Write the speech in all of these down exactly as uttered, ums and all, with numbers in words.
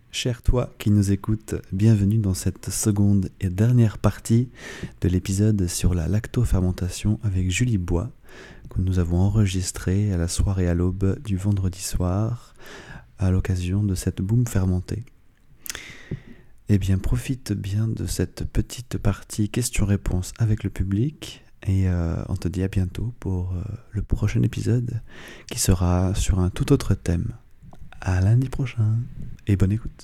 Cher toi qui nous écoutes, bienvenue dans cette seconde et dernière partie de l'épisode sur la lactofermentation avec Julie Bois, que nous avons enregistré à la soirée à l'aube du vendredi soir à l'occasion de cette boum fermentée. Eh bien, profite bien de cette petite partie questions-réponses avec le public et euh, on te dit à bientôt pour euh, le prochain épisode qui sera sur un tout autre thème. À lundi prochain et bonne écoute.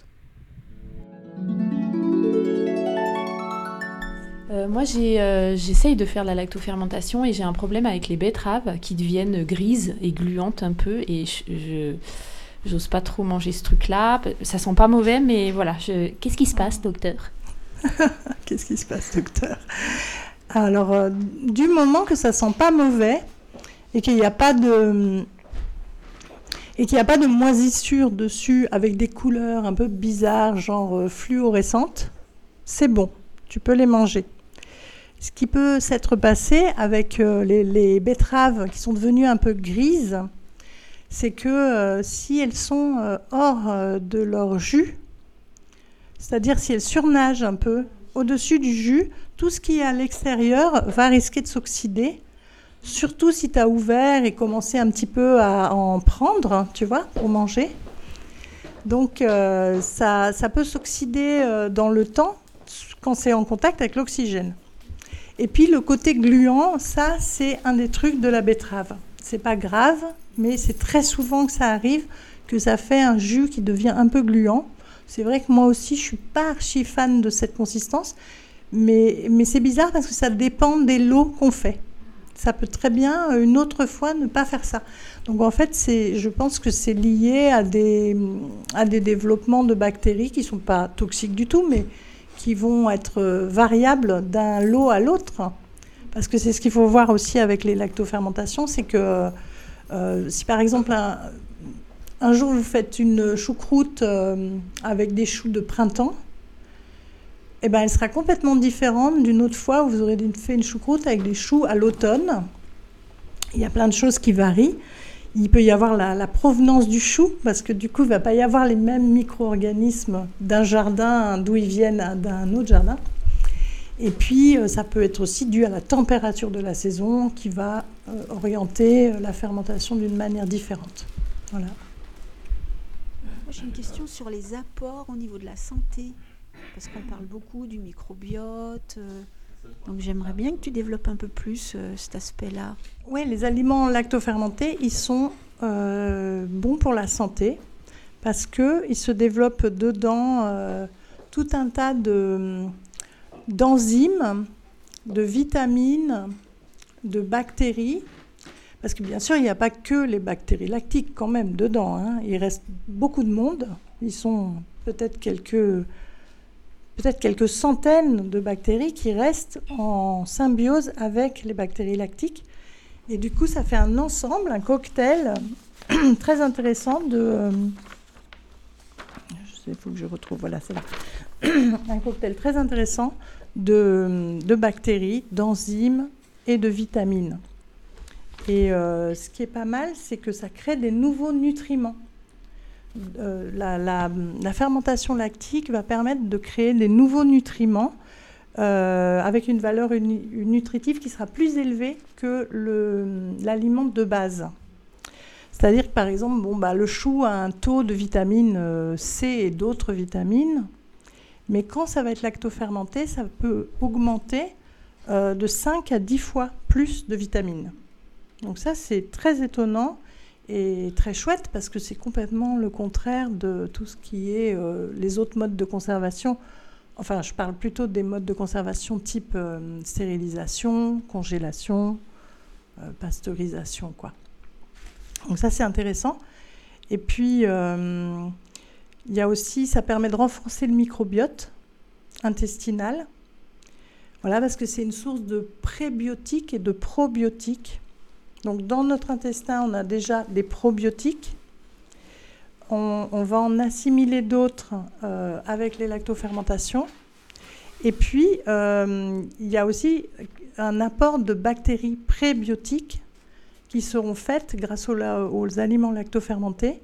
Euh, moi, j'ai, euh, j'essaye de faire la lactofermentation et j'ai un problème avec les betteraves qui deviennent grises et gluantes un peu et je, je j'ose pas trop manger ce truc-là. Ça sent pas mauvais, mais voilà. Je... Qu'est-ce qui se passe, docteur ? Qu'est-ce qui se passe, docteur ? Alors, euh, du moment que ça sent pas mauvais et qu'il n'y a pas de et qu'il n'y a pas de moisissure dessus avec des couleurs un peu bizarres, genre euh, fluorescentes, c'est bon, tu peux les manger. Ce qui peut s'être passé avec euh, les, les betteraves qui sont devenues un peu grises, c'est que euh, si elles sont euh, hors euh, de leur jus, c'est-à-dire si elles surnagent un peu au-dessus du jus, tout ce qui est à l'extérieur va risquer de s'oxyder. Surtout si tu as ouvert et commencé un petit peu à en prendre, tu vois, pour manger. Donc, euh, ça, ça peut s'oxyder euh, dans le temps quand c'est en contact avec l'oxygène. Et puis, le côté gluant, ça, c'est un des trucs de la betterave. C'est pas grave, mais c'est très souvent que ça arrive, que ça fait un jus qui devient un peu gluant. C'est vrai que moi aussi, je suis pas archi fan de cette consistance, mais, mais c'est bizarre parce que ça dépend des lots qu'on fait. Ça peut très bien, une autre fois, ne pas faire ça. Donc, en fait, c'est, je pense que c'est lié à des, à des développements de bactéries qui ne sont pas toxiques du tout, mais qui vont être variables d'un lot à l'autre. Parce que c'est ce qu'il faut voir aussi avec les lactofermentations, c'est que euh, si, par exemple, un, un jour, vous faites une choucroute euh, avec des choux de printemps, eh ben, elle sera complètement différente d'une autre fois où vous aurez fait une choucroute avec des choux à l'automne. Il y a plein de choses qui varient. Il peut y avoir la, la provenance du chou, parce que du coup, il ne va pas y avoir les mêmes micro-organismes d'un jardin d'où ils viennent à d'un autre jardin. Et puis, ça peut être aussi dû à la température de la saison qui va euh, orienter la fermentation d'une manière différente. Voilà. Moi, j'ai une question sur les apports au niveau de la santé. Parce qu'on parle beaucoup du microbiote, euh, donc j'aimerais bien que tu développes un peu plus euh, cet aspect-là. Oui, les aliments lactofermentés, ils sont euh, bons pour la santé parce qu'ils se développent dedans euh, tout un tas de, d'enzymes, de vitamines, de bactéries. Parce que bien sûr, il n'y a pas que les bactéries lactiques quand même dedans, hein. Il reste beaucoup de monde. Ils sont peut-être quelques... peut-être quelques centaines de bactéries qui restent en symbiose avec les bactéries lactiques. Et du coup, ça fait un ensemble, un cocktail très intéressant de... Euh, il faut que je retrouve, voilà, c'est là. Un cocktail très intéressant de, de bactéries, d'enzymes et de vitamines. Et euh, ce qui est pas mal, c'est que ça crée des nouveaux nutriments. Euh, la, la, la fermentation lactique va permettre de créer des nouveaux nutriments euh, avec une valeur uni, nutritive qui sera plus élevée que le, l'aliment de base. C'est-à-dire que, par exemple, bon, bah, le chou a un taux de vitamine euh, C et d'autres vitamines, mais quand ça va être lactofermenté, ça peut augmenter euh, de cinq à dix fois plus de vitamines. Donc ça, c'est très étonnant. Et très chouette parce que c'est complètement le contraire de tout ce qui est euh, les autres modes de conservation. Enfin, je parle plutôt des modes de conservation type euh, stérilisation, congélation, euh, pasteurisation, quoi. Donc ça, c'est intéressant. Et puis, euh, il y a aussi, ça permet de renforcer le microbiote intestinal. Voilà, parce que c'est une source de prébiotiques et de probiotiques. Donc, dans notre intestin, on a déjà des probiotiques. On, on va en assimiler d'autres euh, avec les lactofermentations. Et puis, euh, il y a aussi un apport de bactéries prébiotiques qui seront faites grâce aux, aux aliments lactofermentés.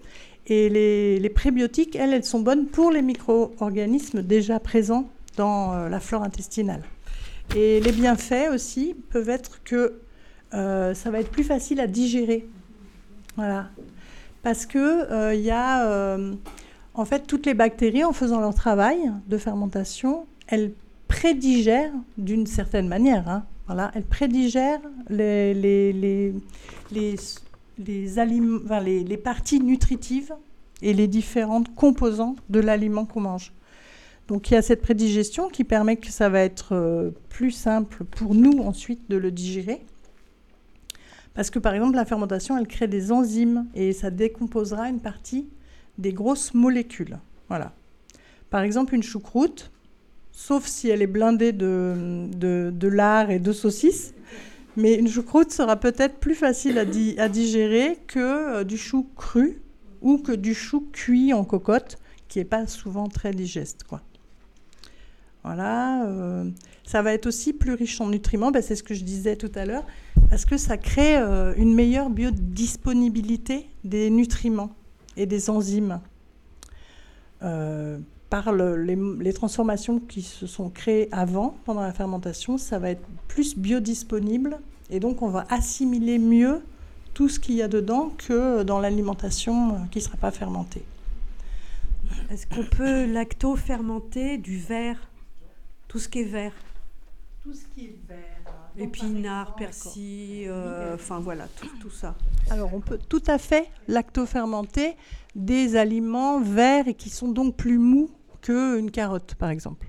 Et les, les prébiotiques, elles, elles sont bonnes pour les micro-organismes déjà présents dans euh, la flore intestinale. Et les bienfaits aussi peuvent être que euh, ça va être plus facile à digérer. Voilà. Parce qu'il euh, y a, euh, en fait, toutes les bactéries, en faisant leur travail de fermentation, elles prédigèrent d'une certaine manière. Hein, voilà, elles prédigèrent les, les, les, les, les, alim- enfin, les, les parties nutritives et les différentes composantes de l'aliment qu'on mange. Donc il y a cette prédigestion qui permet que ça va être euh, plus simple pour nous ensuite de le digérer. Parce que par exemple la fermentation, elle crée des enzymes et ça décomposera une partie des grosses molécules. Voilà. Par exemple une choucroute, sauf si elle est blindée de, de, de lard et de saucisses, mais une choucroute sera peut-être plus facile à, di- à digérer que euh, du chou cru ou que du chou cuit en cocotte, qui n'est pas souvent très digeste, quoi. Voilà, euh, ça va être aussi plus riche en nutriments, ben c'est ce que je disais tout à l'heure, parce que ça crée euh, une meilleure biodisponibilité des nutriments et des enzymes euh, par le, les, les transformations qui se sont créées avant, pendant la fermentation, ça va être plus biodisponible et donc on va assimiler mieux tout ce qu'il y a dedans que dans l'alimentation qui ne sera pas fermentée. Est-ce qu'on peut lacto-fermenter du verre? Tout ce qui est vert. Tout ce qui est vert. Épinards, persil, euh, enfin voilà, tout, tout ça. Alors on peut tout à fait lacto-fermenter des aliments verts et qui sont donc plus mous qu'une carotte, par exemple.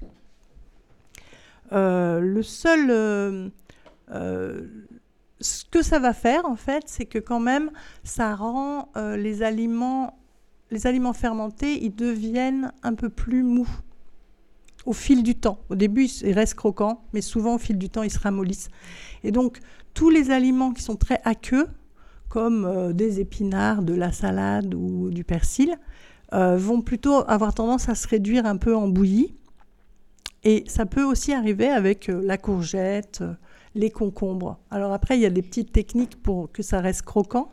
Euh, le seul... Euh, euh, ce que ça va faire, en fait, c'est que quand même, ça rend euh, les aliments, les aliments fermentés, ils deviennent un peu plus mous au fil du temps. Au début, ils restent croquants, mais souvent, au fil du temps, ils se ramollissent. Et donc, tous les aliments qui sont très aqueux, comme euh, des épinards, de la salade ou du persil, euh, vont plutôt avoir tendance à se réduire un peu en bouillie. Et ça peut aussi arriver avec euh, la courgette, euh, les concombres. Alors après, il y a des petites techniques pour que ça reste croquant.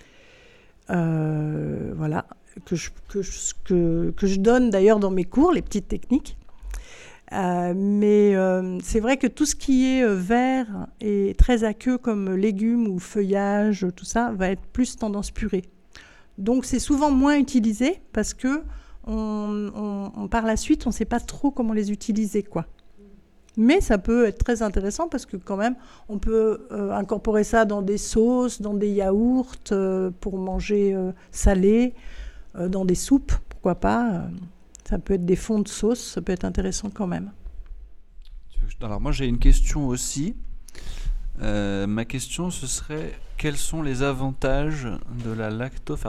Euh, voilà, que je, que, je, que, que je donne d'ailleurs dans mes cours, les petites techniques. Euh, mais euh, c'est vrai que tout ce qui est euh, vert et très aqueux comme légumes ou feuillage, tout ça, va être plus tendance purée. Donc c'est souvent moins utilisé parce que on, on, on, par la suite, on ne sait pas trop comment les utiliser, quoi. Mais ça peut être très intéressant parce que quand même, on peut euh, incorporer ça dans des sauces, dans des yaourts, euh, pour manger euh, salé, euh, dans des soupes, pourquoi pas. Euh, ça peut être des fonds de sauce, ça peut être intéressant quand même. Alors moi j'ai une question aussi. Euh, ma question ce serait, quels sont les avantages de la lactofermentation ?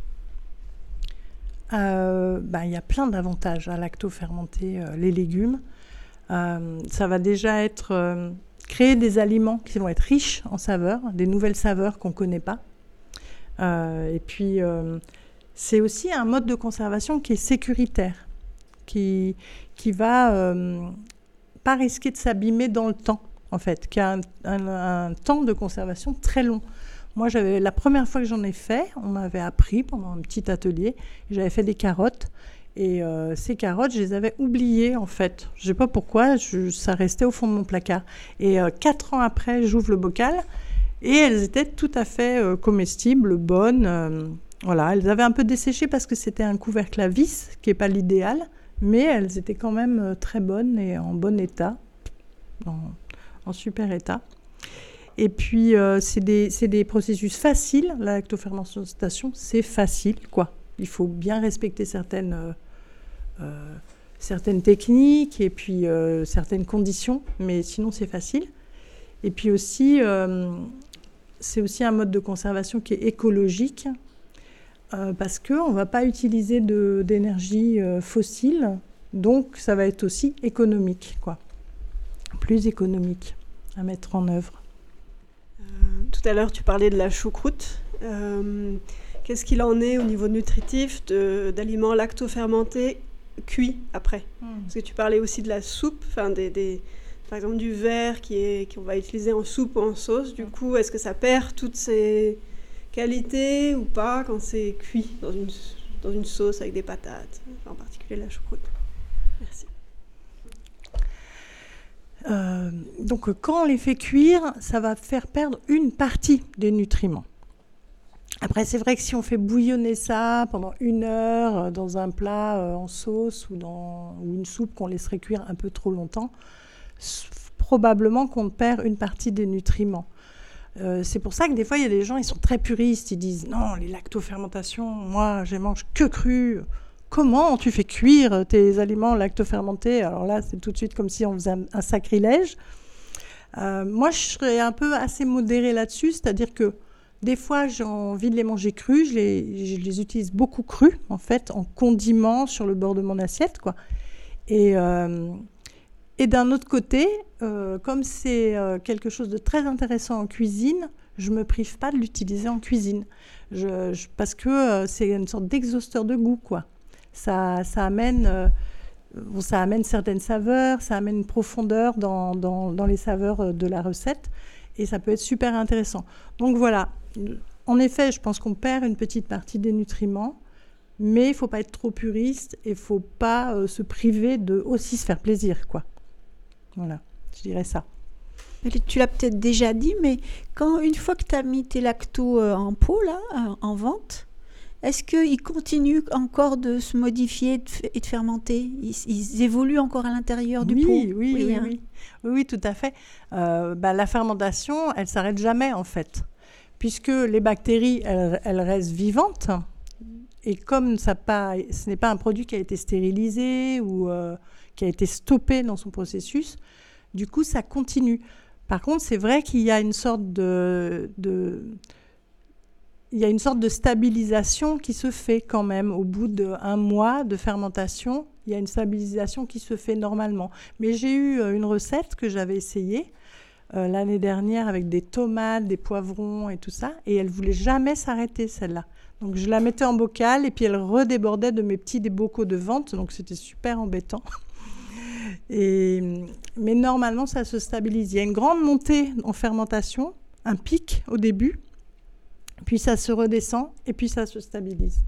Euh, bah, y a plein d'avantages à lactofermenter euh, les légumes. Euh, ça va déjà être euh, créer des aliments qui vont être riches en saveurs, des nouvelles saveurs qu'on ne connaît pas. Euh, et puis, euh, c'est aussi un mode de conservation qui est sécuritaire, qui qui va euh, pas risquer de s'abîmer dans le temps, en fait, qui a un, un, un temps de conservation très long. Moi, j'avais, la première fois que j'en ai fait, on m'avait appris pendant un petit atelier, j'avais fait des carottes. Et euh, ces carottes, je les avais oubliées, en fait. Je ne sais pas pourquoi, je, ça restait au fond de mon placard. Et euh, quatre ans après, j'ouvre le bocal et elles étaient tout à fait euh, comestibles, bonnes. Euh, voilà, elles avaient un peu desséché parce que c'était un couvercle à vis, qui n'est pas l'idéal, mais elles étaient quand même euh, très bonnes et en bon état, en, en super état. Et puis, euh, c'est des, c'est des processus faciles. La lactofermentation, c'est facile, quoi. Il faut bien respecter certaines... Euh, Euh, certaines techniques et puis euh, certaines conditions, mais sinon c'est facile. Et puis aussi, euh, c'est aussi un mode de conservation qui est écologique euh, parce qu'on ne va pas utiliser de, d'énergie euh, fossile, donc ça va être aussi économique, quoi. Plus économique à mettre en œuvre. Euh, tout à l'heure, tu parlais de la choucroute. Euh, qu'est-ce qu'il en est au niveau nutritif de, d'aliments lactofermentés cuit après, mmh. Parce que tu parlais aussi de la soupe, enfin des, des, par exemple du verre qui est qu'on va utiliser en soupe ou en sauce. Du coup, est-ce que ça perd toutes ces qualité ou pas quand c'est cuit dans une, dans une sauce avec des patates, en particulier la choucroute. Merci. Euh, donc quand on les fait cuire, ça va faire perdre une partie des nutriments. Après, c'est vrai que si on fait bouillonner ça pendant une heure dans un plat euh, en sauce ou dans ou une soupe qu'on laisserait cuire un peu trop longtemps, probablement qu'on perd une partie des nutriments. Euh, c'est pour ça que des fois, il y a des gens, ils sont très puristes, ils disent « Non, les lactofermentations, moi, je mange que cru. Comment tu fais cuire tes aliments lactofermentés ?» Alors là, c'est tout de suite comme si on faisait un, un sacrilège. Euh, moi, je serais un peu assez modérée là-dessus, c'est-à-dire que des fois, j'ai envie de les manger crus, je les, je les utilise beaucoup crus, en fait, en condiment sur le bord de mon assiette, quoi. Et, euh, et d'un autre côté, euh, comme c'est euh, quelque chose de très intéressant en cuisine, je ne me prive pas de l'utiliser en cuisine. Je, je, parce que euh, c'est une sorte d'exhausteur de goût, quoi. Ça, ça, amène, euh, bon, ça amène certaines saveurs, ça amène une profondeur dans, dans, dans les saveurs de la recette. Et ça peut être super intéressant. Donc voilà, en effet, je pense qu'on perd une petite partie des nutriments, mais il ne faut pas être trop puriste et il ne faut pas euh, se priver de aussi se faire plaisir, quoi. Voilà, je dirais ça. Tu l'as peut-être déjà dit, mais quand, une fois que tu as mis tes lactos euh, en pot, là, euh, en vente, est-ce qu'ils continuent encore de se modifier et de, f- et de fermenter ils, ils évoluent encore à l'intérieur du oui, pot Oui, oui, oui, hein. oui, oui, oui, tout à fait. Euh, bah, la fermentation, elle ne s'arrête jamais, en fait, puisque les bactéries, elles, elles restent vivantes. Et comme ça pas, ce n'est pas un produit qui a été stérilisé ou euh, qui a été stoppé dans son processus, du coup, ça continue. Par contre, c'est vrai qu'il y a une sorte de... de il y a une sorte de stabilisation qui se fait quand même. Au bout d'un mois de fermentation, il y a une stabilisation qui se fait normalement. Mais j'ai eu une recette que j'avais essayée euh, l'année dernière avec des tomates, des poivrons et tout ça, et elle ne voulait jamais s'arrêter, celle-là. Donc je la mettais en bocal et puis elle redébordait de mes petits des bocaux de vente, donc c'était super embêtant. Et, mais normalement, ça se stabilise. Il y a une grande montée en fermentation, un pic au début, puis ça se redescend et puis ça se stabilise.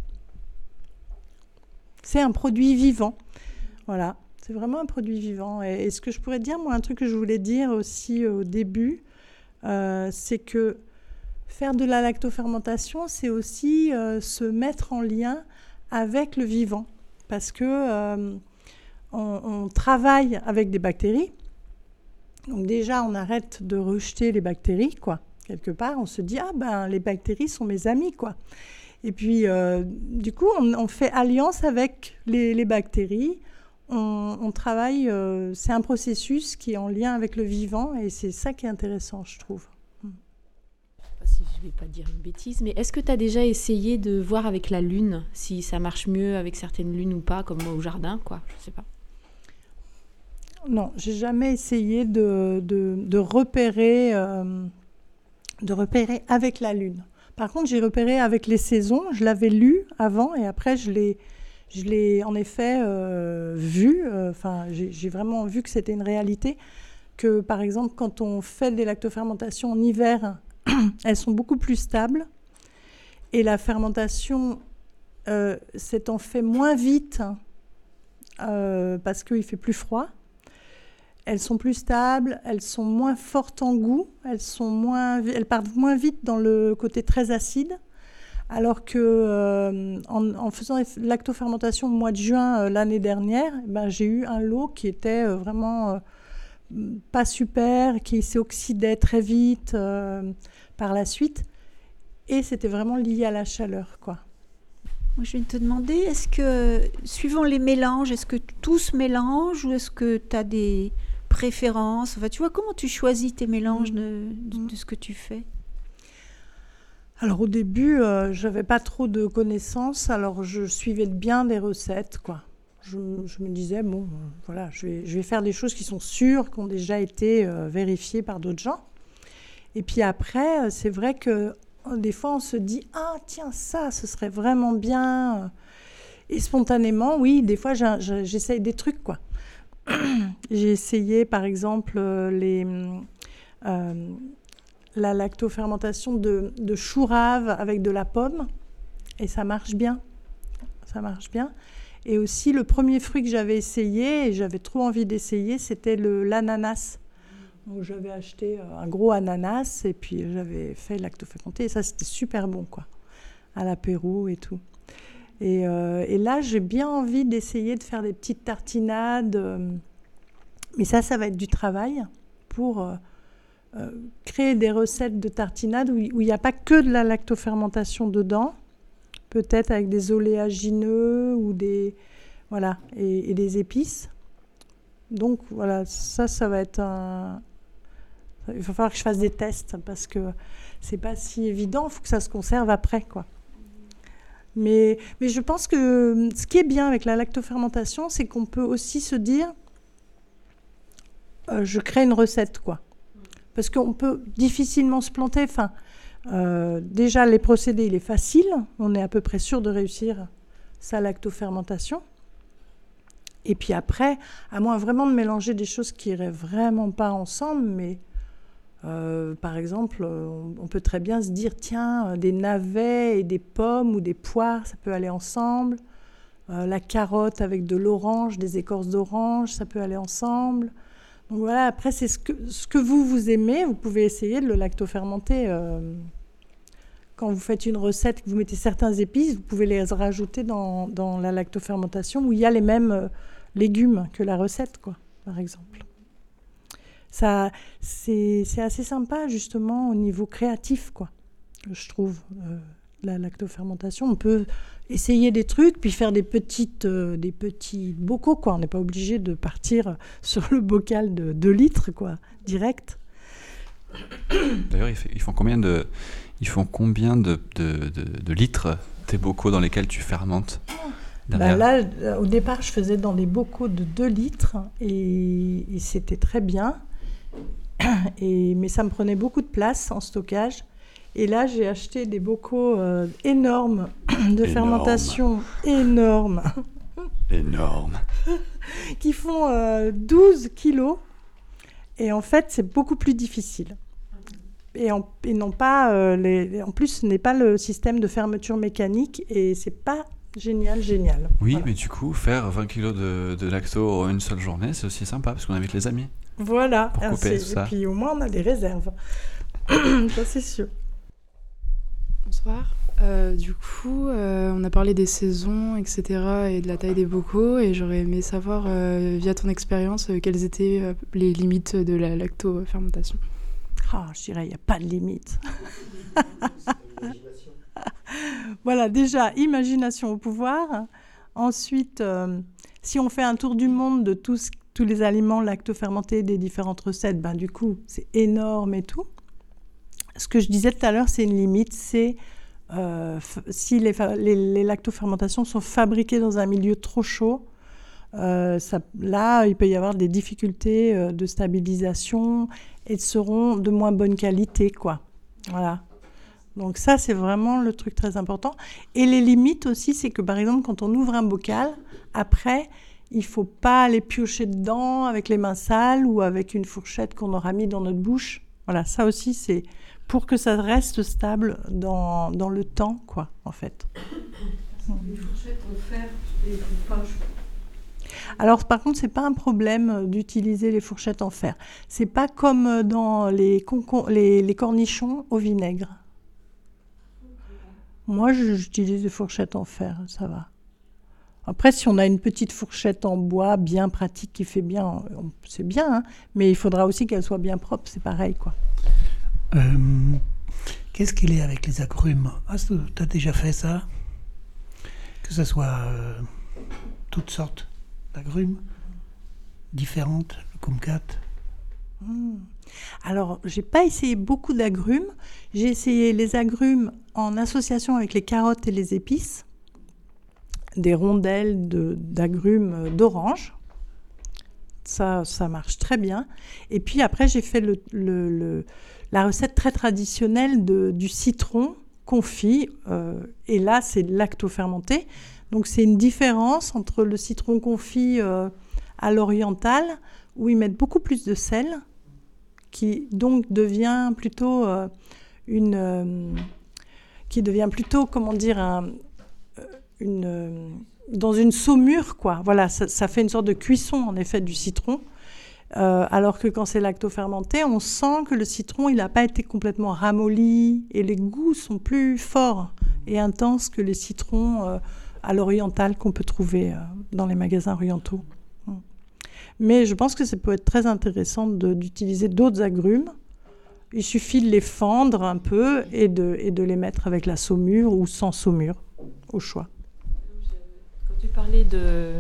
C'est un produit vivant. Voilà, c'est vraiment un produit vivant. Et, et ce que je pourrais dire, moi, un truc que je voulais dire aussi au début, euh, c'est que faire de la lactofermentation, c'est aussi euh, se mettre en lien avec le vivant. Parce que euh, on, on travaille avec des bactéries. Donc déjà, on arrête de rejeter les bactéries, quoi. Quelque part, on se dit « Ah ben, les bactéries sont mes amis, quoi ». Et puis, euh, du coup, on, on fait alliance avec les, les bactéries. On, on travaille, euh, c'est un processus qui est en lien avec le vivant et c'est ça qui est intéressant, je trouve. Je sais pas si je vais pas dire une bêtise, mais est-ce que tu as déjà essayé de voir avec la lune si ça marche mieux avec certaines lunes ou pas, comme moi au jardin, quoi? Je sais pas. Non, j'ai jamais essayé de, de, de repérer... Euh, de repérer avec la lune. Par contre, j'ai repéré avec les saisons. Je l'avais lu avant et après, je l'ai, je l'ai en effet euh, vu. Enfin, euh, j'ai, j'ai vraiment vu que c'était une réalité. Que, par exemple, quand on fait des lactofermentations en hiver, elles sont beaucoup plus stables. Et la fermentation euh, s'étant fait moins vite euh, parce qu'il fait plus froid, elles sont plus stables, elles sont moins fortes en goût, elles, sont moins, elles partent moins vite dans le côté très acide, alors que euh, en, en faisant lactofermentation au mois de juin euh, l'année dernière, ben, j'ai eu un lot qui était euh, vraiment euh, pas super, qui s'oxydait très vite euh, par la suite, et c'était vraiment lié à la chaleur, quoi. Moi, je vais te demander, est-ce que, suivant les mélanges, est-ce que tout se mélange ou est-ce que tu as des préférences? Enfin, tu vois, comment tu choisis tes mélanges de, de, de ce que tu fais? Alors, au début, euh, je n'avais pas trop de connaissances, alors je suivais bien des recettes, quoi. Je, je me disais, bon, euh, voilà, je vais, je vais faire des choses qui sont sûres, qui ont déjà été euh, vérifiées par d'autres gens. Et puis après, euh, c'est vrai que des fois, on se dit « Ah, tiens, ça, ce serait vraiment bien ». Et spontanément, oui, des fois, j'ai, j'ai, j'essaye des trucs, quoi. J'ai essayé, par exemple, les, euh, la lactofermentation de, de chou rave avec de la pomme, et ça marche bien. Ça marche bien. Et aussi, le premier fruit que j'avais essayé, et j'avais trop envie d'essayer, c'était le, l'ananas. Donc, j'avais acheté un gros ananas, et puis j'avais fait lactofermenté, et ça, c'était super bon, quoi, à l'apéro et tout. Et, euh, et là, j'ai bien envie d'essayer de faire des petites tartinades, euh, mais ça, ça va être du travail pour euh, euh, créer des recettes de tartinades où il n'y a pas que de la lactofermentation dedans, peut-être avec des oléagineux ou des, voilà, et, et des épices. Donc voilà, ça, ça va être un... Il va falloir que je fasse des tests parce que c'est pas si évident, il faut que ça se conserve après, quoi. Mais, mais je pense que ce qui est bien avec la lactofermentation, c'est qu'on peut aussi se dire euh, je crée une recette, quoi. Parce qu'on peut difficilement se planter. Enfin, euh, déjà, les procédés, il est facile. On est à peu près sûr de réussir sa lactofermentation. Et puis après, à moins vraiment de mélanger des choses qui iraient vraiment pas ensemble, mais euh, par exemple, on, on peut très bien se dire, tiens, des navets et des pommes ou des poires, ça peut aller ensemble. Euh, la carotte avec de l'orange, des écorces d'orange, ça peut aller ensemble. Donc voilà, après, c'est ce que, ce que vous, vous aimez. Vous pouvez essayer de le lactofermenter. Euh, quand vous faites une recette, que vous mettez certains épices, vous pouvez les rajouter dans, dans la lactofermentation où il y a les mêmes euh, légumes que la recette, quoi, par exemple. Ça, c'est, c'est assez sympa, justement, au niveau créatif, quoi, je trouve, euh, la lactofermentation. On peut essayer des trucs, puis faire des, petites, euh, des petits bocaux, quoi. On n'est pas obligé de partir sur le bocal de deux litres, quoi, direct. D'ailleurs, ils font combien de, ils font combien de, de, de, de litres tes bocaux dans lesquels tu fermentes ? Ben là, au départ, je faisais dans des bocaux de deux litres et, et c'était très bien. Et, mais ça me prenait beaucoup de place en stockage. Et là, j'ai acheté des bocaux euh, énormes de Énorme. fermentation énormes. Énorme. Qui font euh, douze kilos. Et en fait, c'est beaucoup plus difficile. Et, en, et non pas, euh, les, en plus, ce n'est pas le système de fermeture mécanique et c'est pas génial, génial. Oui, voilà. Mais du coup, faire vingt kilos de, de lacto en une seule journée, c'est aussi sympa parce qu'on invite les amis. Voilà. Pour couper tout ça. Et puis au moins, on a des réserves. Ça, c'est sûr. Bonsoir. Euh, du coup, euh, on a parlé des saisons, et cetera, et de la taille des bocaux, et j'aurais aimé savoir, euh, via ton expérience, euh, quelles étaient euh, les limites de la lactofermentation. Ah, oh, je dirais, il n'y a pas de limite. Voilà, déjà, imagination au pouvoir. Ensuite, euh, si on fait un tour du monde de tous, tous les aliments lactofermentés des différentes recettes, ben, du coup, c'est énorme et tout. Ce que je disais tout à l'heure, c'est une limite, c'est euh, f- si les, fa- les, les lactofermentations sont fabriquées dans un milieu trop chaud, euh, ça, là, il peut y avoir des difficultés euh, de stabilisation et seront de moins bonne qualité, quoi. Voilà. Donc ça, c'est vraiment le truc très important. Et les limites aussi, c'est que, par exemple, quand on ouvre un bocal, après, il ne faut pas aller piocher dedans avec les mains sales ou avec une fourchette qu'on aura mis dans notre bouche. Voilà, ça aussi, c'est pour que ça reste stable dans, dans le temps, quoi, en fait. Les fourchettes en fer, il faut pas... Alors, par contre, ce n'est pas un problème d'utiliser les fourchettes en fer. Ce n'est pas comme dans les, concom- les, les cornichons au vinaigre. Moi, j'utilise des fourchettes en fer, ça va. Après, si on a une petite fourchette en bois bien pratique qui fait bien, c'est bien, hein, mais il faudra aussi qu'elle soit bien propre, c'est pareil, quoi. Euh, qu'est-ce qu'il est avec les agrumes ? Ah, tu as déjà fait ça ? Que ce soit euh, toutes sortes d'agrumes, différentes, le kumquat. Mmh. Alors, j'ai pas essayé beaucoup d'agrumes. J'ai essayé les agrumes en association avec les carottes et les épices, des rondelles de, d'agrumes d'orange. Ça, ça marche très bien. Et puis après, j'ai fait le, le, le, la recette très traditionnelle de, du citron confit. Euh, et là, c'est lactofermenté. Donc, c'est une différence entre le citron confit euh, à l'oriental, où ils mettent beaucoup plus de sel, qui donc devient plutôt euh, une, euh, qui devient plutôt, comment dire, un, une, euh, dans une saumure, quoi. Voilà, ça, ça fait une sorte de cuisson, en effet, du citron. Euh, alors que quand c'est lactofermenté, on sent que le citron, il n'a pas été complètement ramolli et les goûts sont plus forts et intenses que les citrons euh, à l'oriental qu'on peut trouver euh, dans les magasins orientaux. Mais je pense que ça peut être très intéressant de, d'utiliser d'autres agrumes. Il suffit de les fendre un peu et de, et de les mettre avec la saumure ou sans saumure, au choix. Quand tu parlais de,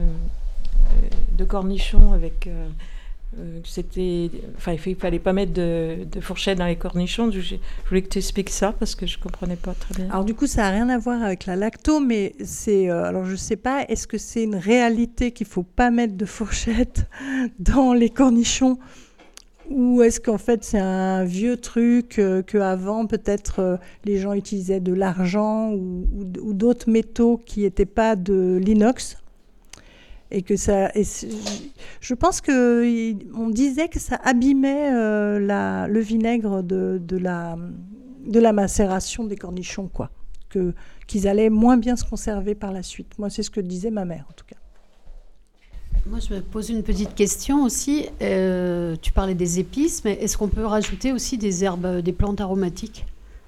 de cornichons avec... Euh, euh, c'était, enfin, il ne fallait pas mettre de, de fourchette dans les cornichons. Je, je voulais que tu expliques ça parce que je ne comprenais pas très bien. Alors du coup, ça n'a rien à voir avec la lacto, mais c'est... Euh, alors je ne sais pas, est-ce que c'est une réalité qu'il ne faut pas mettre de fourchette dans les cornichons ? Ou est-ce qu'en fait c'est un vieux truc euh, qu'avant peut-être euh, les gens utilisaient de l'argent ou, ou, ou d'autres métaux qui n'étaient pas de l'inox et que ça, et je pense qu'on disait que ça abîmait euh, la, le vinaigre de, de, la, de la macération des cornichons, quoi, que, qu'ils allaient moins bien se conserver par la suite. Moi c'est ce que disait ma mère en tout cas. Moi, je me pose une petite question aussi. Euh, tu parlais des épices, mais est-ce qu'on peut rajouter aussi des herbes, des plantes aromatiques ?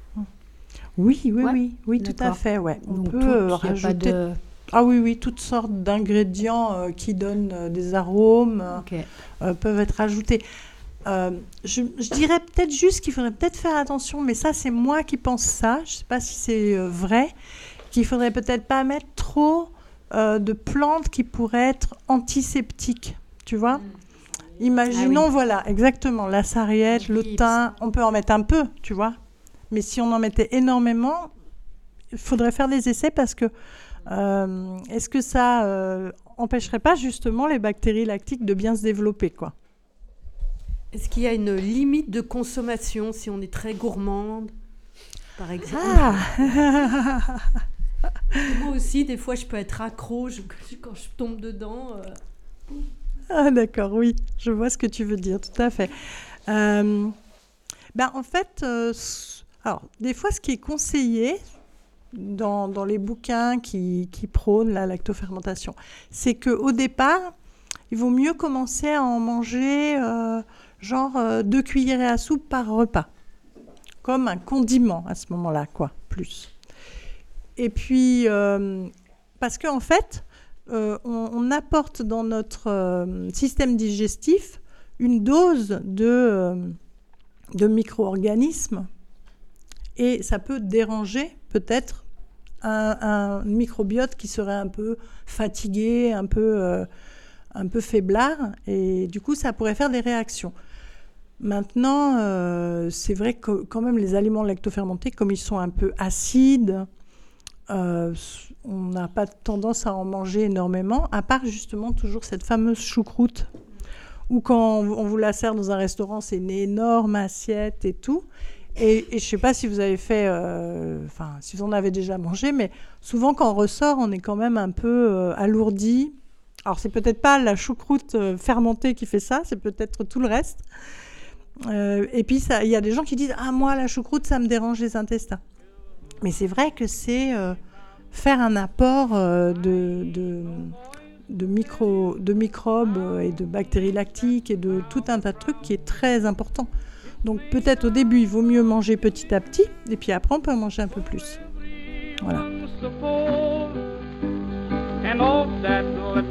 Oui, oui, ouais. oui, oui, tout à fait. Ouais. On Donc, peut tout, euh, rajouter. De... Ah oui, oui, toutes sortes d'ingrédients euh, qui donnent euh, des arômes okay. euh, peuvent être ajoutés. Euh, je, je dirais peut-être juste qu'il faudrait peut-être faire attention, mais ça, c'est moi qui pense ça. Je ne sais pas si c'est euh, vrai. Qu'il faudrait peut-être pas mettre trop. Euh, de plantes qui pourraient être antiseptiques, tu vois. Mmh. Imaginons, ah oui. Voilà, exactement, la sarriette, le thym, on peut en mettre un peu, tu vois. Mais si on en mettait énormément, il faudrait faire des essais parce que euh, est-ce que ça euh, empêcherait pas justement les bactéries lactiques de bien se développer, quoi ? Est-ce qu'il y a une limite de consommation si on est très gourmande, par exemple ? Ah Moi aussi, des fois, je peux être accro je, quand je tombe dedans. Euh... Ah d'accord, oui, je vois ce que tu veux dire, tout à fait. Euh, ben, en fait, euh, alors, des fois, ce qui est conseillé dans, dans les bouquins qui, qui prônent la lactofermentation, c'est qu'au départ, il vaut mieux commencer à en manger euh, genre euh, deux cuillerées à soupe par repas, comme un condiment à ce moment-là, quoi, plus. Et puis, euh, parce qu'en fait, euh, on, on apporte dans notre euh, système digestif une dose de, euh, de micro-organismes et ça peut déranger peut-être un, un microbiote qui serait un peu fatigué, un peu, euh, un peu faiblard et du coup, ça pourrait faire des réactions. Maintenant, euh, c'est vrai que quand même les aliments lactofermentés, comme ils sont un peu acides, Euh, on n'a pas tendance à en manger énormément, à part justement toujours cette fameuse choucroute, où quand on vous la sert dans un restaurant, c'est une énorme assiette et tout. Et, et je ne sais pas si vous avez fait, enfin, euh, si vous en avez déjà mangé, mais souvent quand on ressort, on est quand même un peu euh, alourdi. Alors, c'est peut-être pas la choucroute euh, fermentée qui fait ça, c'est peut-être tout le reste. Euh, et puis, il y a des gens qui disent « Ah, moi, la choucroute, ça me dérange les intestins ». Mais c'est vrai que c'est euh, faire un apport euh, de, de, de, micro, de microbes et de bactéries lactiques et de tout un tas de trucs qui est très important. Donc peut-être au début, il vaut mieux manger petit à petit, et puis après, on peut en manger un peu plus. Voilà.